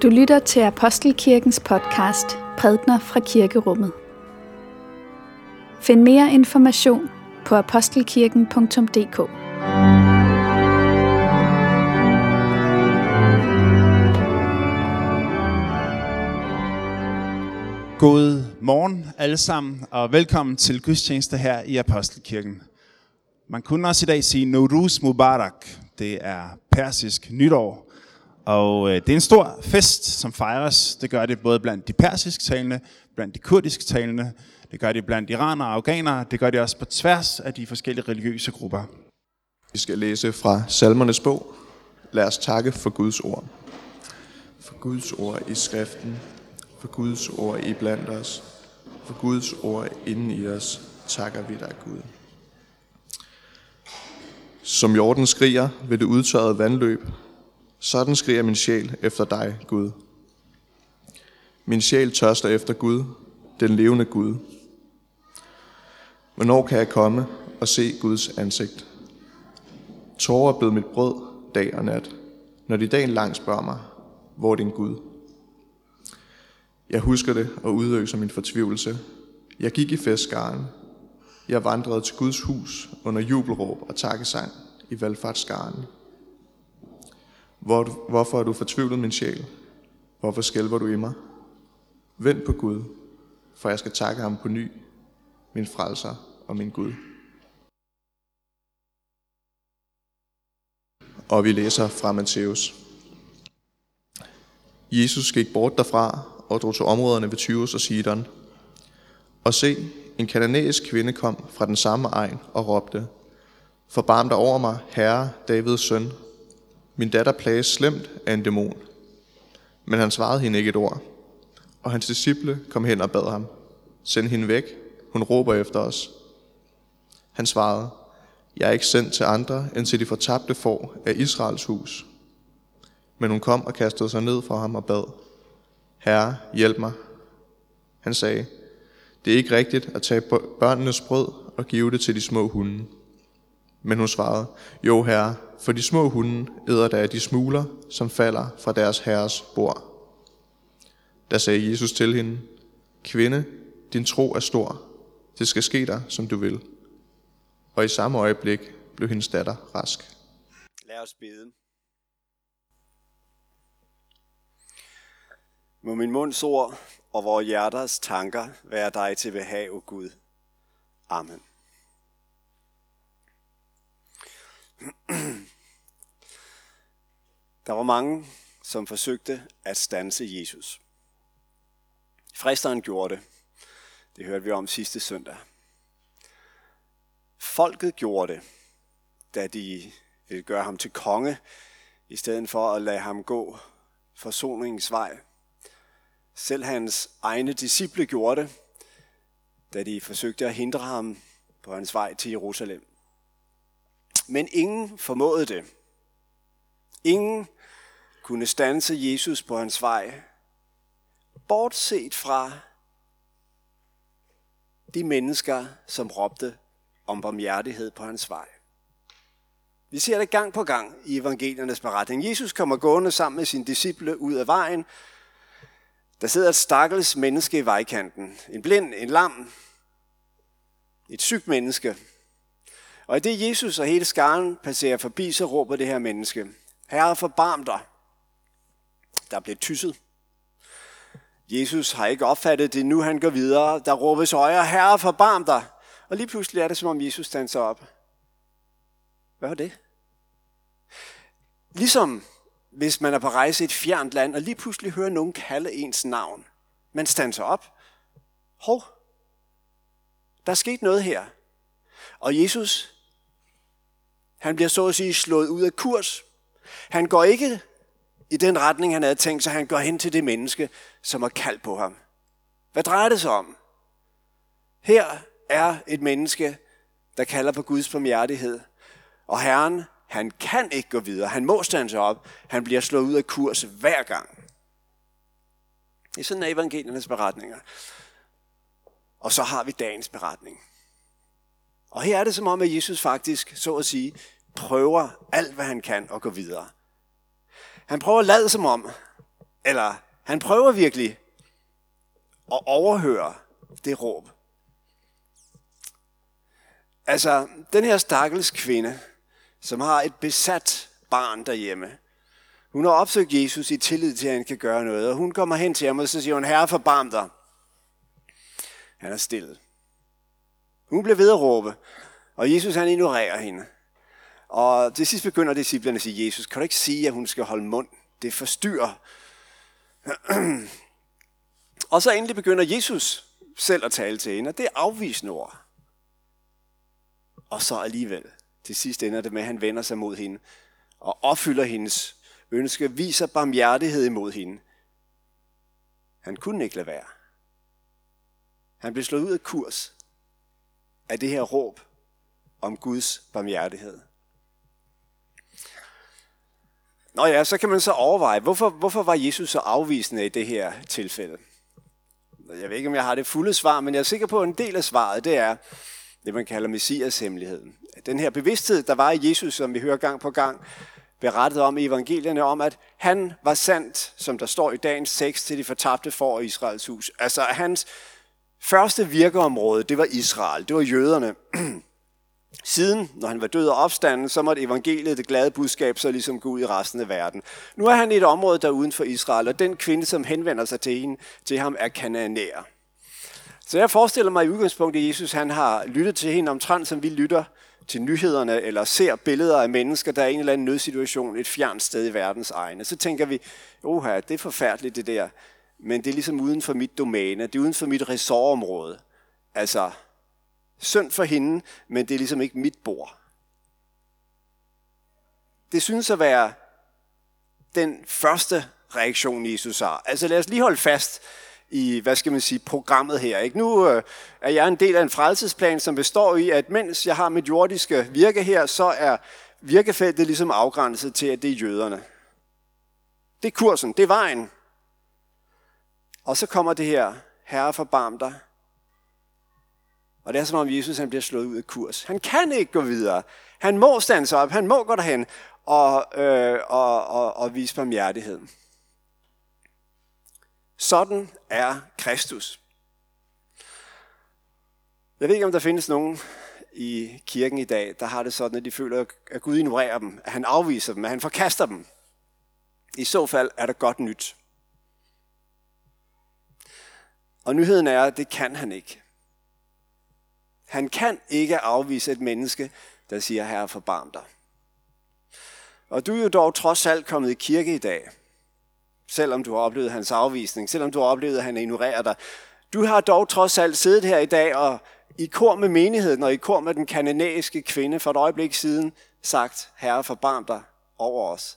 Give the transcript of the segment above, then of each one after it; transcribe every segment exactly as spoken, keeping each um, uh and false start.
Du lytter til Apostelkirkens podcast Prædner fra Kirkerummet. Find mere information på apostelkirken punktum d k. God morgen alle sammen, og velkommen til gudstjeneste her i Apostelkirken. Man kunne også i dag sige Nowruz Mubarak. Det er persisk nytår, og det er en stor fest, som fejres. Det gør det både blandt de persisk talende, blandt de kurdisk talende, det gør det blandt iranere og afghanere, det gør det også på tværs af de forskellige religiøse grupper. Vi skal læse fra Salmernes bog. Lad os takke for Guds ord. For Guds ord i skriften, for Guds ord i blandt os, for Guds ord inden i os, takker vi dig, Gud. Som jorden skriger ved det udtørrede vandløb, sådan skriger min sjæl efter dig, Gud. Min sjæl tørster efter Gud, den levende Gud. Hvornår kan jeg komme og se Guds ansigt? Tårer er blevet mit brød dag og nat, når de dagen lang spørger mig, hvor er din Gud? Jeg husker det og udøser min fortvivlelse. Jeg gik i festskaren. Jeg vandrede til Guds hus under jubelråb og takkesang i valfartsskaren. Hvor, hvorfor er du fortvivlet, min sjæl? Hvorfor skælver du i mig? Vend på Gud, for jeg skal takke ham på ny, min frelser og min Gud. Og vi læser fra Matthæus. Jesus gik bort derfra og drog til områderne ved Tyrus og Sidon. Og se, en kananæisk kvinde kom fra den samme egn og råbte: Forbarm dig over mig, Herre, Davids søn. Min datter plages slemt af en dæmon. Men han svarede hende ikke et ord. Og hans disciple kom hen og bad ham: Send hende væk, hun råber efter os. Han svarede: Jeg er ikke sendt til andre, end til de fortabte får af Israels hus. Men hun kom og kastede sig ned for ham og bad: Herre, hjælp mig. Han sagde: Det er ikke rigtigt at tage børnenes brød og give det til de små hunde. Men hun svarede: Jo, Herre, for de små hunde æder der af de smugler, som falder fra deres herres bord. Da sagde Jesus til hende: Kvinde, din tro er stor. Det skal ske dig, som du vil. Og i samme øjeblik blev hendes datter rask. Lad os bede. Må min munds ord og vores hjerters tanker være dig til behag, o Gud. Amen. Der var mange, som forsøgte at standse Jesus. Fristeren gjorde det. Det hørte vi om sidste søndag. Folket gjorde det, da de ville gøre ham til konge, i stedet for at lade ham gå forsoningens vej. Selv hans egne disciple gjorde det, da de forsøgte at hindre ham på hans vej til Jerusalem. Men ingen formåede det. Ingen kunne standse Jesus på hans vej, bortset fra de mennesker, som råbte om barmhjertighed på hans vej. Vi ser det gang på gang i evangeliernes beretning. Jesus kommer gående sammen med sine disciple ud af vejen. Der sidder et stakkels menneske i vejkanten. En blind, en lam, et sygt menneske. Og i det Jesus og hele skaren passerer forbi, så råber det her menneske: Herre, forbarm dig. Der bliver tysset. Jesus har ikke opfattet det, nu han går videre. Der råbes højere: Herre, forbarm dig. Og lige pludselig er det, som om Jesus standser op. Hvad var det? Ligesom hvis man er på rejse i et fjernt land, og lige pludselig hører nogen kalde ens navn. Man standser op. Hov, der er sket noget her. Og Jesus, han bliver så at sige slået ud af kurs. Han går ikke i den retning, han havde tænkt sig. Han går hen til det menneske, som har kaldt på ham. Hvad drejer det sig om? Her er et menneske, der kalder på Guds barmhjertighed. Og Herren, han kan ikke gå videre. Han må standse op. Han bliver slået ud af kurs hver gang. Det er sådan er evangeliernes beretninger. Og så har vi dagens beretning. Og her er det som om, at Jesus faktisk, så at sige, prøver alt, hvad han kan at gå videre. Han prøver at lade som om, Eller han prøver virkelig at overhøre det råb. Altså, den her stakkels kvinde, som har et besat barn derhjemme, hun har opsøgt Jesus i tillid til, at han kan gøre noget, og hun kommer hen til ham, og så siger hun, Herre, forbarm dig. Han er stille. Hun bliver ved at råbe, og Jesus han ignorerer hende. Og til sidst begynder disciplerne at sige, Jesus, kan du ikke sige, at hun skal holde mund? Det forstyrrer. Og så endelig begynder Jesus selv at tale til hende, og det er afvisende ord. Og så alligevel, til sidst ender det med, at han vender sig mod hende, og opfylder hendes ønske, viser barmhjertighed imod hende. Han kunne ikke lade være. Han blev slået ud af kurs af det her råb om Guds barmhjertighed. Nå ja, så kan man så overveje, hvorfor, hvorfor var Jesus så afvisende i det her tilfælde? Jeg ved ikke, om jeg har det fulde svar, men jeg er sikker på, at en del af svaret, det er det, man kalder Messias-hemmeligheden. Den her bevidsthed, der var i Jesus, som vi hører gang på gang, berettet om i evangelierne, om at han var sandt, som der står i dagens tekst, til de fortabte får i Israels hus. Altså hans første virkeområde, det var Israel, det var jøderne. Siden, når han var død og opstanden, så måtte evangeliet, det glade budskab, så ligesom gå ud i resten af verden. Nu er han i et område der uden for Israel, og den kvinde, som henvender sig til, hende, til ham, er kananæer. Så jeg forestiller mig i udgangspunktet, at Jesus han har lyttet til hende omtrent, som vi lytter til nyhederne, eller ser billeder af mennesker, der er i en eller anden nødsituation et fjernt sted i verdens egne. Så tænker vi, oha, det er forfærdeligt det der, men det er ligesom uden for mit domæne, det er uden for mit ressortområde. Altså, synd for hende, men det er ligesom ikke mit bord. Det synes at være den første reaktion, Jesus har. Altså lad os lige holde fast i, hvad skal man sige, programmet her. Ikke? Nu øh, er jeg en del af en frelsesplan, som består i, at mens jeg har mit jordiske virke her, så er virkefeltet ligesom afgrænset til, at det er jøderne. Det er kursen, det er vejen. Og så kommer det her, Herre forbarm dig. Og det er som om Jesus han bliver slået ud af kurs. Han kan ikke gå videre. Han må stands op, han må gå derhen og, øh, og, og, og vise barmhjertighed. Sådan er Kristus. Jeg ved ikke, om der findes nogen i kirken i dag, der har det sådan, at de føler, at Gud ignorerer dem, at han afviser dem, at han forkaster dem. I så fald er der godt nyt. Og nyheden er, at det kan han ikke. Han kan ikke afvise et menneske, der siger, Herre, forbarm dig. Og du er jo dog trods alt kommet i kirke i dag, selvom du har oplevet hans afvisning, selvom du har oplevet, at han ignorerer dig. Du har dog trods alt siddet her i dag og i kor med menigheden og i kor med den kananæiske kvinde for et øjeblik siden sagt, Herre, forbarm dig over os.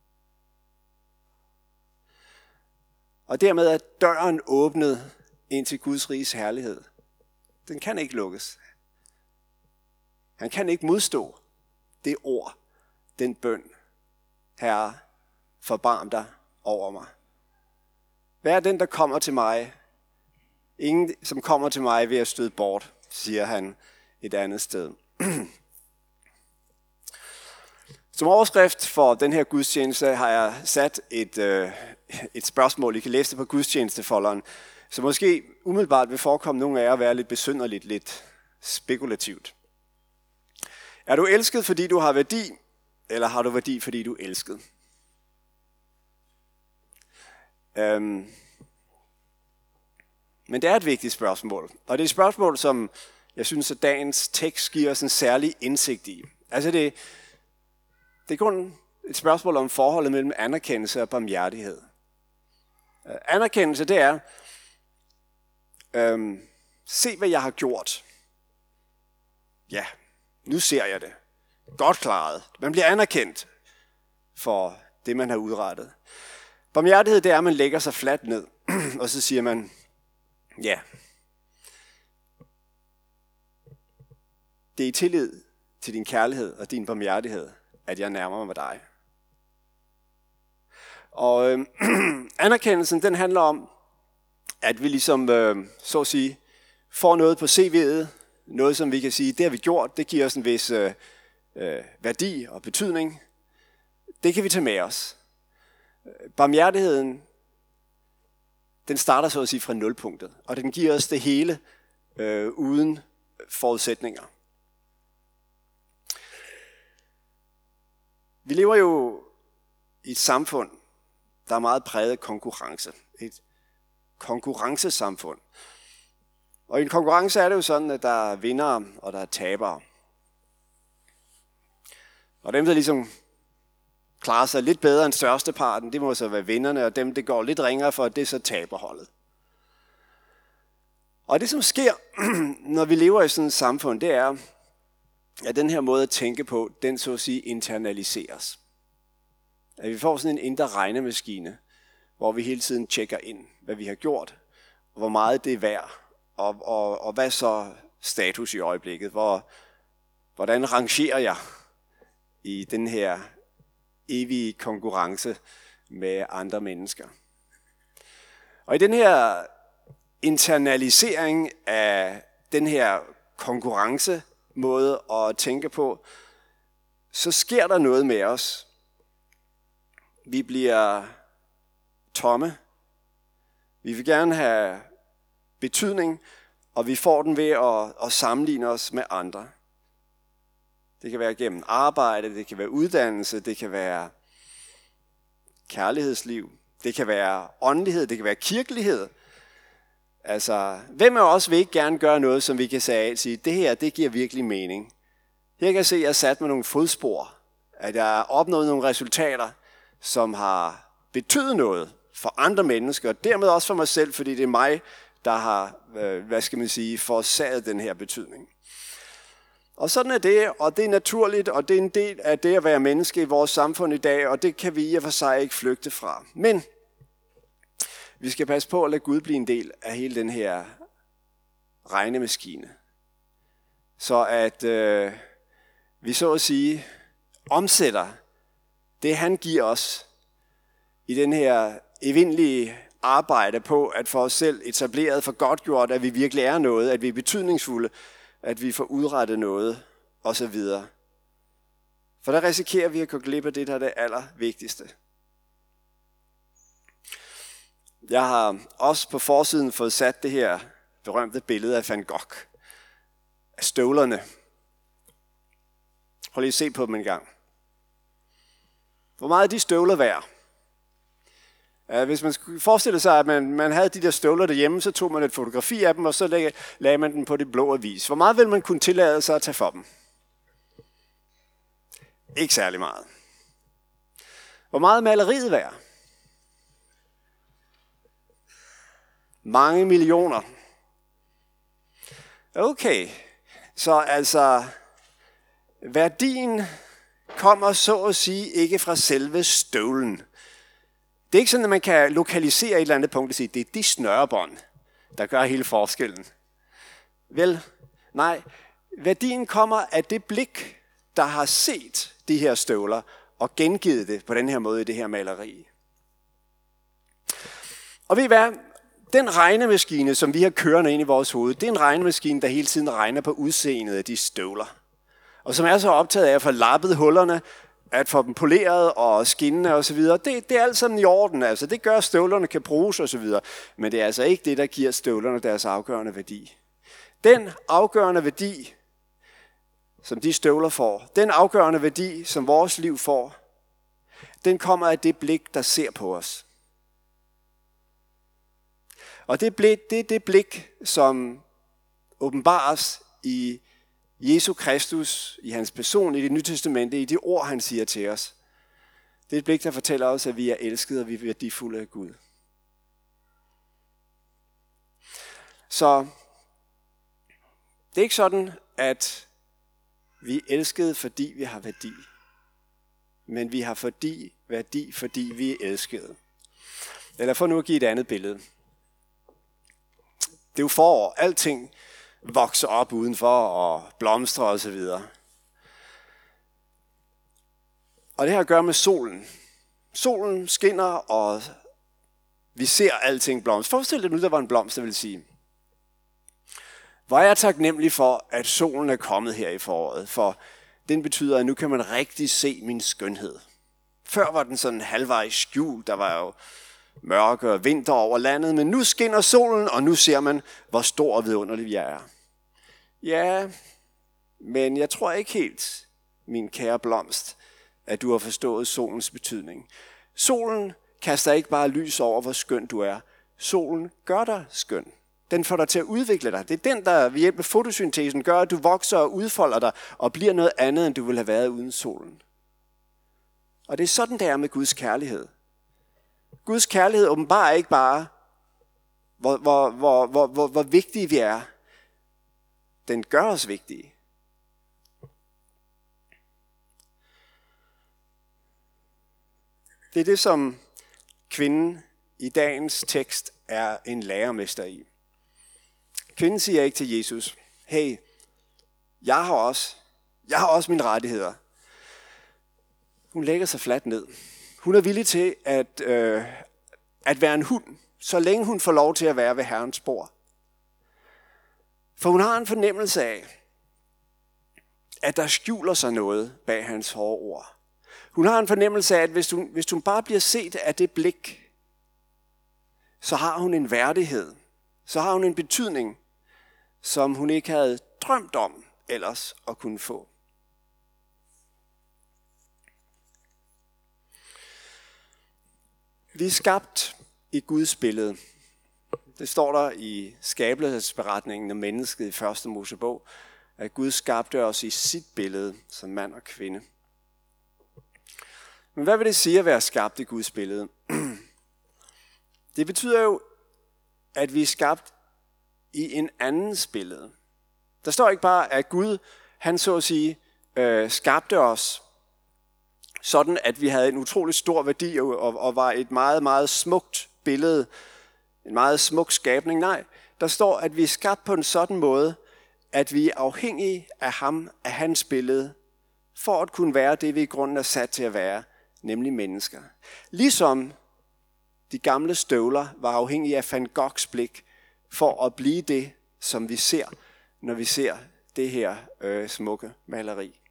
Og dermed er døren åbnet ind til Guds riges herlighed. Den kan ikke lukkes. Han kan ikke modstå det ord, den bøn. Herre, forbarm dig over mig. Hvad er den, der kommer til mig? Ingen, som kommer til mig ved at støde bort, siger han et andet sted. Som overskrift for den her gudstjeneste har jeg sat et, øh, et spørgsmål. I kan læse det på gudstjenestefolderen. Så måske umiddelbart vil forekomme nogle af jer at være lidt besynderligt, lidt spekulativt. Er du elsket, fordi du har værdi, eller har du værdi, fordi du er elsket? Øhm. Men det er et vigtigt spørgsmål, og det er et spørgsmål, som jeg synes, at dagens tekst giver os en særlig indsigt i. Altså det, det er kun et spørgsmål om forholdet mellem anerkendelse og barmhjertighed. Anerkendelse, det er, Øhm, se hvad jeg har gjort. Ja, nu ser jeg det. Godt klaret. Man bliver anerkendt for det, man har udrettet. Barmhjertighed, det er, at man lægger sig fladt ned, og så siger man, ja, det er i tillid til din kærlighed og din barmhjertighed, at jeg nærmer mig dig. Og øhm, anerkendelsen, den handler om, at vi ligesom, øh, så at sige, får noget på C V'et, noget som vi kan sige, det har vi gjort, det giver os en vis øh, øh, værdi og betydning. Det kan vi tage med os. Barmhjertigheden, den starter så at sige fra nulpunktet, og den giver os det hele øh, uden forudsætninger. Vi lever jo i et samfund, der er meget præget af konkurrence. Et konkurrencesamfund. Og i en konkurrence er det jo sådan, at der er vindere og der er tabere. Og dem, der ligesom klarer sig lidt bedre end størsteparten, det må så være vinderne, og dem, det går lidt ringere for, det er så taberholdet. Og det, som sker, når vi lever i sådan et samfund, det er, at den her måde at tænke på, den så at sige internaliseres. At vi får sådan en indre regnemaskine, hvor vi hele tiden tjekker ind, hvad vi har gjort, og hvor meget det er værd, og, og, og hvad så status i øjeblikket, hvor, hvordan rangerer jeg i den her evige konkurrence med andre mennesker. Og i den her internalisering af den her konkurrencemåde at tænke på, så sker der noget med os. Vi bliver tomme. Vi vil gerne have betydning, og vi får den ved at, at sammenligne os med andre. Det kan være gennem arbejde, det kan være uddannelse, det kan være kærlighedsliv, det kan være åndelighed, det kan være kirkelighed. Altså, hvem af os vil ikke gerne gøre noget, som vi kan sige, det her, det giver virkelig mening. Her kan jeg se, at jeg har sat med nogle fodspor, at jeg har opnået nogle resultater, som har betydet noget for andre mennesker, og dermed også for mig selv, fordi det er mig, der har, hvad skal man sige, forårsaget den her betydning. Og sådan er det, og det er naturligt, og det er en del af det at være menneske i vores samfund i dag, og det kan vi i og for sig ikke flygte fra. Men vi skal passe på at lade Gud blive en del af hele den her regnemaskine. Så at øh, vi så at sige omsætter det, han giver os i den her evindelige arbejde på at få os selv etableret for godtgjort, at vi virkelig er noget, at vi er betydningsfulde, at vi får udrettet noget, osv. For der risikerer vi at gå glip af det, der er det allervigtigste. Jeg har også på forsiden fået sat det her berømte billede af Van Gogh. Af støvlerne. Prøv lige at se på dem en gang. Hvor meget er de støvler værd? Hvis man skulle forestille sig, at man, man havde de der støvler derhjemme, så tog man et fotografi af dem, og så lagde, lagde man den på det blå avis. Hvor meget vil man kunne tillade sig at tage for dem? Ikke særlig meget. Hvor meget er maleriet værd? Mange millioner. Okay, så altså, værdien kommer så at sige ikke fra selve støvlen. Det er ikke sådan, at man kan lokalisere et eller andet punkt og sige, det er de snørebånd, der gør hele forskellen. Vel, nej, værdien kommer af det blik, der har set de her støvler og gengivet det på den her måde i det her maleri. Og ved I hvad? Den regnemaskine, som vi har kørende ind i vores hoved, det er en regnemaskine, der hele tiden regner på udseendet af de støvler. Og som er så optaget af at få lappet hullerne, at få dem poleret og skinnende osv. Det, det er alt sammen i orden. Altså. Det gør, at støvlerne kan bruges osv. Men det er altså ikke det, der giver støvlerne deres afgørende værdi. Den afgørende værdi, som de støvler får, den afgørende værdi, som vores liv får, den kommer af det blik, der ser på os. Og det blik, det er det blik, som åbenbares i Jesu Kristus, i hans person, i det nye testamente, i de ord, han siger til os. Det er et blik, der fortæller os, at vi er elskede, og vi er værdifulde af Gud. Så det er ikke sådan, at vi er elskede, fordi vi har værdi. Men vi har fordi, værdi, fordi vi er elskede. Eller for nu at give et andet billede. Det er jo forår. Alting vokser op udenfor og blomstrer og så videre. Og det har at gøre med solen. Solen skinner, og vi ser alting blomstre. Forestil dig nu, der var en blomst, der vil sige. Hvor er jeg taknemmelig for, at solen er kommet her i foråret, for den betyder, at nu kan man rigtig se min skønhed. Før var den sådan halvvejs skjult, der var jo mørke og vinter over landet, men nu skinner solen, og nu ser man, hvor stor og vidunderlig vi er. Ja, men jeg tror ikke helt, min kære blomst, at du har forstået solens betydning. Solen kaster ikke bare lys over, hvor skøn du er. Solen gør dig skøn. Den får dig til at udvikle dig. Det er den, der ved hjælp af fotosyntesen gør, at du vokser og udfolder dig og bliver noget andet, end du ville have været uden solen. Og det er sådan, det er med Guds kærlighed. Guds kærlighed åbenbarer ikke bare, hvor, hvor, hvor, hvor, hvor, hvor vigtige vi er. Den gør os vigtige. Det er det, som kvinden i dagens tekst er en lærermester i. Kvinden siger ikke til Jesus, hey, jeg har også, jeg har også mine rettigheder. Hun lægger sig fladt ned. Hun er villig til at, øh, at være en hund, så længe hun får lov til at være ved Herrens bord. For hun har en fornemmelse af, at der skjuler sig noget bag hans hårde ord. Hun har en fornemmelse af, at hvis hun, hvis hun bare bliver set af det blik, så har hun en værdighed, så har hun en betydning, som hun ikke havde drømt om ellers at kunne få. Vi er skabt i Guds billede. Det står der i skabelsesberetningen om mennesket i første Mosebog, at Gud skabte os i sit billede som mand og kvinde. Men hvad vil det sige at være skabt i Guds billede? Det betyder jo, at vi er skabt i en andens billede. Der står ikke bare, at Gud, han så at sige, øh, skabte os, sådan at vi havde en utrolig stor værdi og, og var et meget, meget smukt billede, en meget smuk skabning. Nej, der står, at vi er skabt på en sådan måde, at vi er afhængige af ham, af hans billede, for at kunne være det, vi i grunden er sat til at være, nemlig mennesker. Ligesom de gamle støvler var afhængige af Van Goghs blik, for at blive det, som vi ser, når vi ser det her øh, smukke maleri.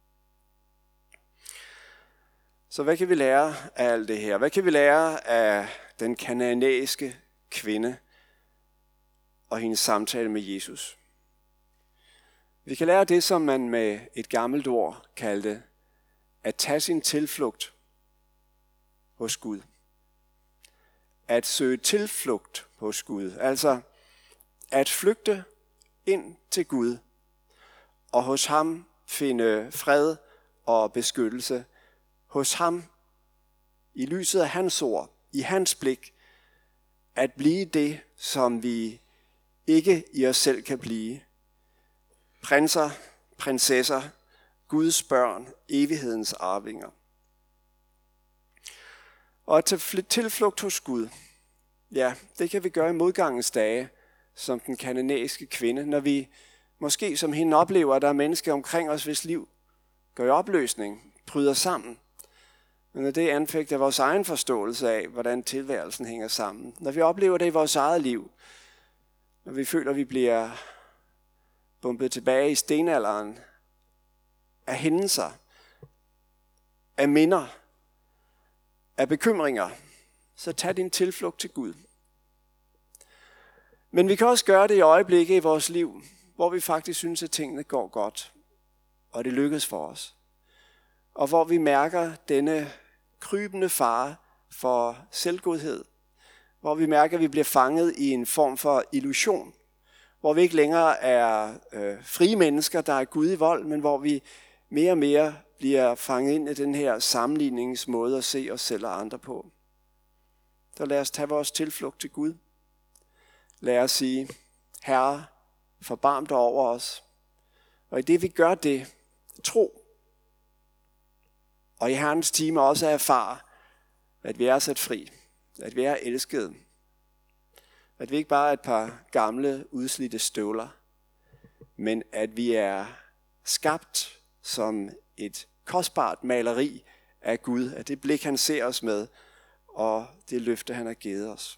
Så hvad kan vi lære af alt det her? Hvad kan vi lære af den kananæiske kvinde og hendes samtale med Jesus? Vi kan lære det, som man med et gammelt ord kaldte at tage sin tilflugt hos Gud. At søge tilflugt hos Gud. Altså at flygte ind til Gud og hos ham finde fred og beskyttelse. Hos ham, i lyset af hans ord, i hans blik, at blive det, som vi ikke i os selv kan blive. Prinser, prinsesser, Guds børn, evighedens arvinger. Og at tage tilflugt hos Gud, ja, det kan vi gøre i modgangens dage, som den kananæiske kvinde, når vi måske som hende oplever, at der er mennesker omkring os, hvis liv går i opløsning, bryder sammen. Men når det er anfægter vores egen forståelse af, hvordan tilværelsen hænger sammen. Når vi oplever det i vores eget liv. Når vi føler, at vi bliver bumpet tilbage i stenalderen. Af hændelser. Af minder. Af bekymringer. Så tag din tilflugt til Gud. Men vi kan også gøre det i øjeblikke i vores liv, hvor vi faktisk synes, at tingene går godt. Og det lykkes for os. Og hvor vi mærker denne krybende fare for selvgodhed. Hvor vi mærker, at vi bliver fanget i en form for illusion. Hvor vi ikke længere er øh, frie mennesker, der er Gud i vold, men hvor vi mere og mere bliver fanget ind i den her sammenligningsmåde at se os selv og andre på. Så lad os tage vores tilflugt til Gud. Lad os sige, Herre, forbarm dig over os. Og i det vi gør det, tro. Og i Herrens time også erfare, at vi er sat fri. At vi er elskede. At vi ikke bare er et par gamle, udslidte støvler. Men at vi er skabt som et kostbart maleri af Gud. Af det blik, han ser os med. Og det løfte, han har givet os.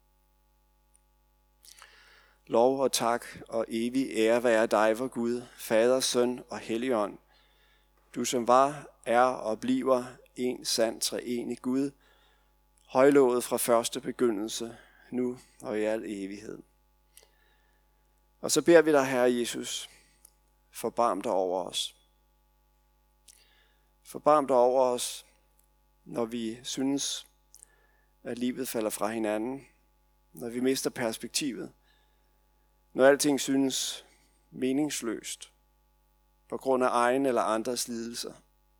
Lov og tak og evig ære være dig, vor Gud, Fader, Søn og Helligånd. Du som var, er og bliver en sand treenig Gud, højlovet fra første begyndelse, nu og i al evighed. Og så beder vi dig, Herre Jesus, forbarm dig over os. Forbarm dig over os, når vi synes, at livet falder fra hinanden, når vi mister perspektivet, når alting synes meningsløst på grund af egen eller andres lidelser.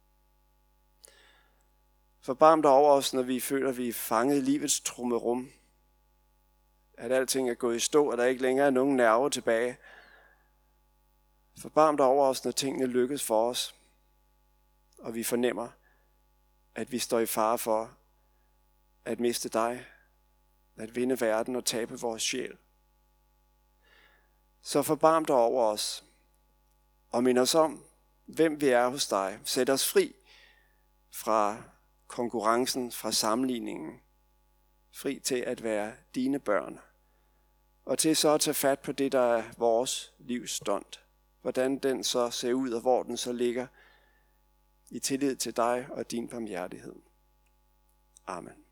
Forbarm dig over os, når vi føler, at vi er fanget i livets trummerum, at alting er gået i stå, og der ikke længere er nogen nerver tilbage. Forbarm dig over os, når tingene lykkes for os, og vi fornemmer, at vi står i fare for at miste dig, at vinde verden og tabe vores sjæl. Så forbarm dig over os, og mind os om, hvem vi er hos dig. Sæt os fri fra konkurrencen, fra sammenligningen. Fri til at være dine børn. Og til så at tage fat på det, der er vores livs stunt. Hvordan den så ser ud, og hvor den så ligger i tillid til dig og din barmhjertighed. Amen.